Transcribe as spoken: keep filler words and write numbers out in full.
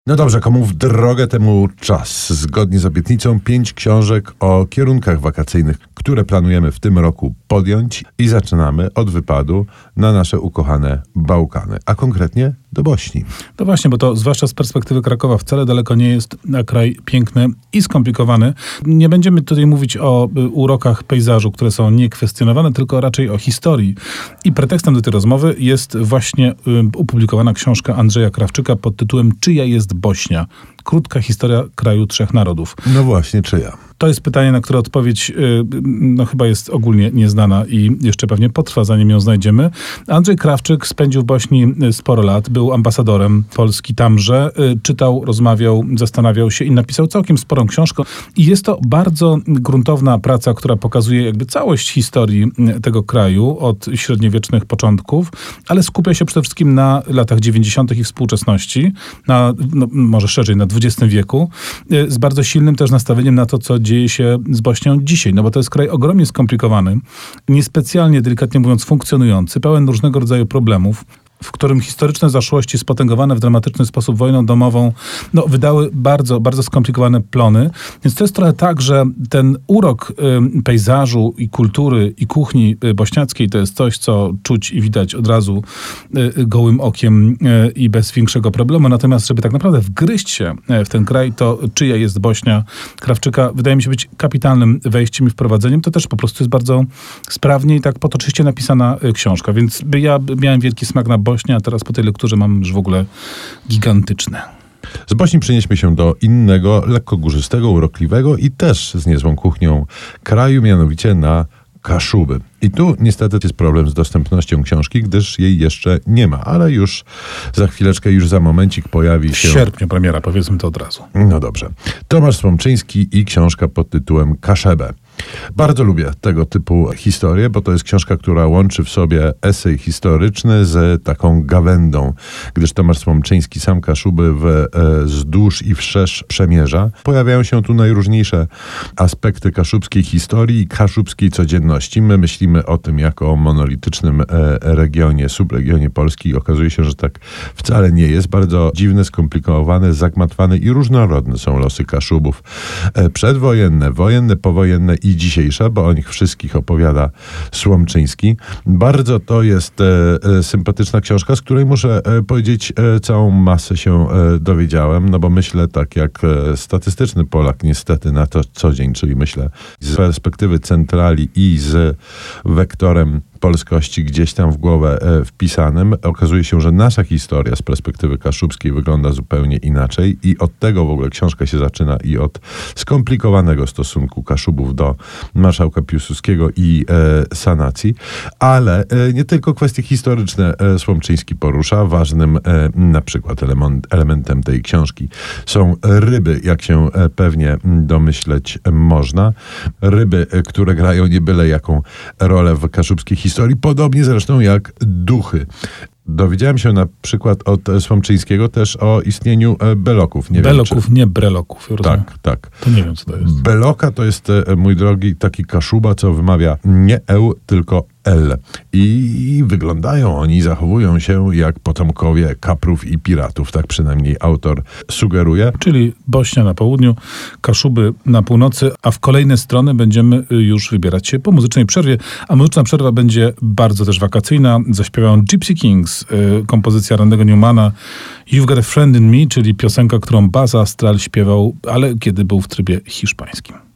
No dobrze, komu w drogę, temu czas. Zgodnie z obietnicą pięć książek o kierunkach wakacyjnych, które planujemy w tym roku podjąć i zaczynamy od wypadu na nasze ukochane Bałkany, a konkretnie do Bośni. No właśnie, bo to zwłaszcza z perspektywy Krakowa wcale daleko nie jest na kraj piękny i skomplikowany. Nie będziemy tutaj mówić o y, urokach pejzażu, które są niekwestionowane, tylko raczej o historii. I pretekstem do tej rozmowy jest właśnie y, opublikowana książka Andrzeja Krawczyka pod tytułem Czyja jest Bośnia? Krótka historia kraju trzech narodów. No właśnie, czyja? To jest pytanie, na które odpowiedź yy, no chyba jest ogólnie nieznana i jeszcze pewnie potrwa, zanim ją znajdziemy. Andrzej Krawczyk spędził w Bośni sporo lat, był ambasadorem Polski tamże, yy, czytał, rozmawiał, zastanawiał się i napisał całkiem sporą książkę. I jest to bardzo gruntowna praca, która pokazuje jakby całość historii tego kraju od średniowiecznych początków, ale skupia się przede wszystkim na latach dziewięćdziesiątych i współczesności, na, no, może szerzej, na dwudziestym wieku, yy, z bardzo silnym też nastawieniem na to, co dzieje się z Bośnią dzisiaj, no bo to jest kraj ogromnie skomplikowany, niespecjalnie, delikatnie mówiąc, funkcjonujący, pełen różnego rodzaju problemów, w którym historyczne zaszłości spotęgowane w dramatyczny sposób wojną domową, no, wydały bardzo, bardzo skomplikowane plony. Więc to jest trochę tak, że ten urok y, pejzażu i kultury i kuchni y, bośniackiej to jest coś, co czuć i widać od razu y, gołym okiem y, i bez większego problemu. Natomiast, żeby tak naprawdę wgryźć się w ten kraj, to Czyja jest Bośnia Krawczyka wydaje mi się być kapitalnym wejściem i wprowadzeniem. To też po prostu jest bardzo sprawnie i tak potoczyście napisana y, książka. Więc ja miałem wielki smak na Bośnię, a teraz po tej lekturze mam już w ogóle gigantyczne. Z Bośni przenieśmy się do innego, lekko górzystego, urokliwego i też z niezłą kuchnią kraju, mianowicie na Kaszuby. I tu niestety jest problem z dostępnością książki, gdyż jej jeszcze nie ma, ale już za chwileczkę, już za momencik pojawi się... W sierpniu premiera, powiedzmy to od razu. No dobrze. Tomasz Słomczyński i książka pod tytułem Kaszebę. Bardzo lubię tego typu historie, bo to jest książka, która łączy w sobie esej historyczny z taką gawędą, gdyż Tomasz Słomczyński sam Kaszuby w, e, wzdłuż i wszerz przemierza. Pojawiają się tu najróżniejsze aspekty kaszubskiej historii i kaszubskiej codzienności. My myślimy o tym jako o monolitycznym e, regionie, subregionie Polski. Okazuje się, że tak wcale nie jest. Bardzo dziwne, skomplikowane, zagmatwane i różnorodne są losy Kaszubów. E, przedwojenne, wojenne, powojenne i dzisiejsze, bo o nich wszystkich opowiada Słomczyński. Bardzo to jest e, e, sympatyczna książka, z której muszę e, powiedzieć, e, całą masę się e, dowiedziałem, no bo myślę tak jak e, statystyczny Polak niestety na to co dzień, czyli myślę z perspektywy centrali i z wektorem polskości gdzieś tam w głowę e, wpisanym. Okazuje się, że nasza historia z perspektywy kaszubskiej wygląda zupełnie inaczej i od tego w ogóle książka się zaczyna i od skomplikowanego stosunku Kaszubów do marszałka Piłsudskiego i e, sanacji, ale e, nie tylko kwestie historyczne e, Słomczyński porusza. Ważnym e, na przykład element, elementem tej książki są ryby, jak się e, pewnie domyśleć można. Ryby, e, które grają nie byle jaką rolę w kaszubskiej historii, historii, podobnie zresztą jak duchy. Dowiedziałem się na przykład od Słomczyńskiego też o istnieniu beloków. Nie beloków, wiem, czy... nie breloków. Tak, tak. To nie wiem, co to jest. Beloka to jest, mój drogi, taki Kaszuba, co wymawia nie eł, tylko L. I wyglądają oni, zachowują się jak potomkowie kaprów i piratów. Tak przynajmniej autor sugeruje. Czyli Bośnia na południu, Kaszuby na północy, a w kolejne strony będziemy już wybierać się po muzycznej przerwie. A muzyczna przerwa będzie bardzo też wakacyjna. Zaśpiewają Gypsy Kings, y, kompozycja Randy'ego Newmana, You've Got a Friend in Me, czyli piosenka, którą Baz Astral śpiewał, ale kiedy był w trybie hiszpańskim.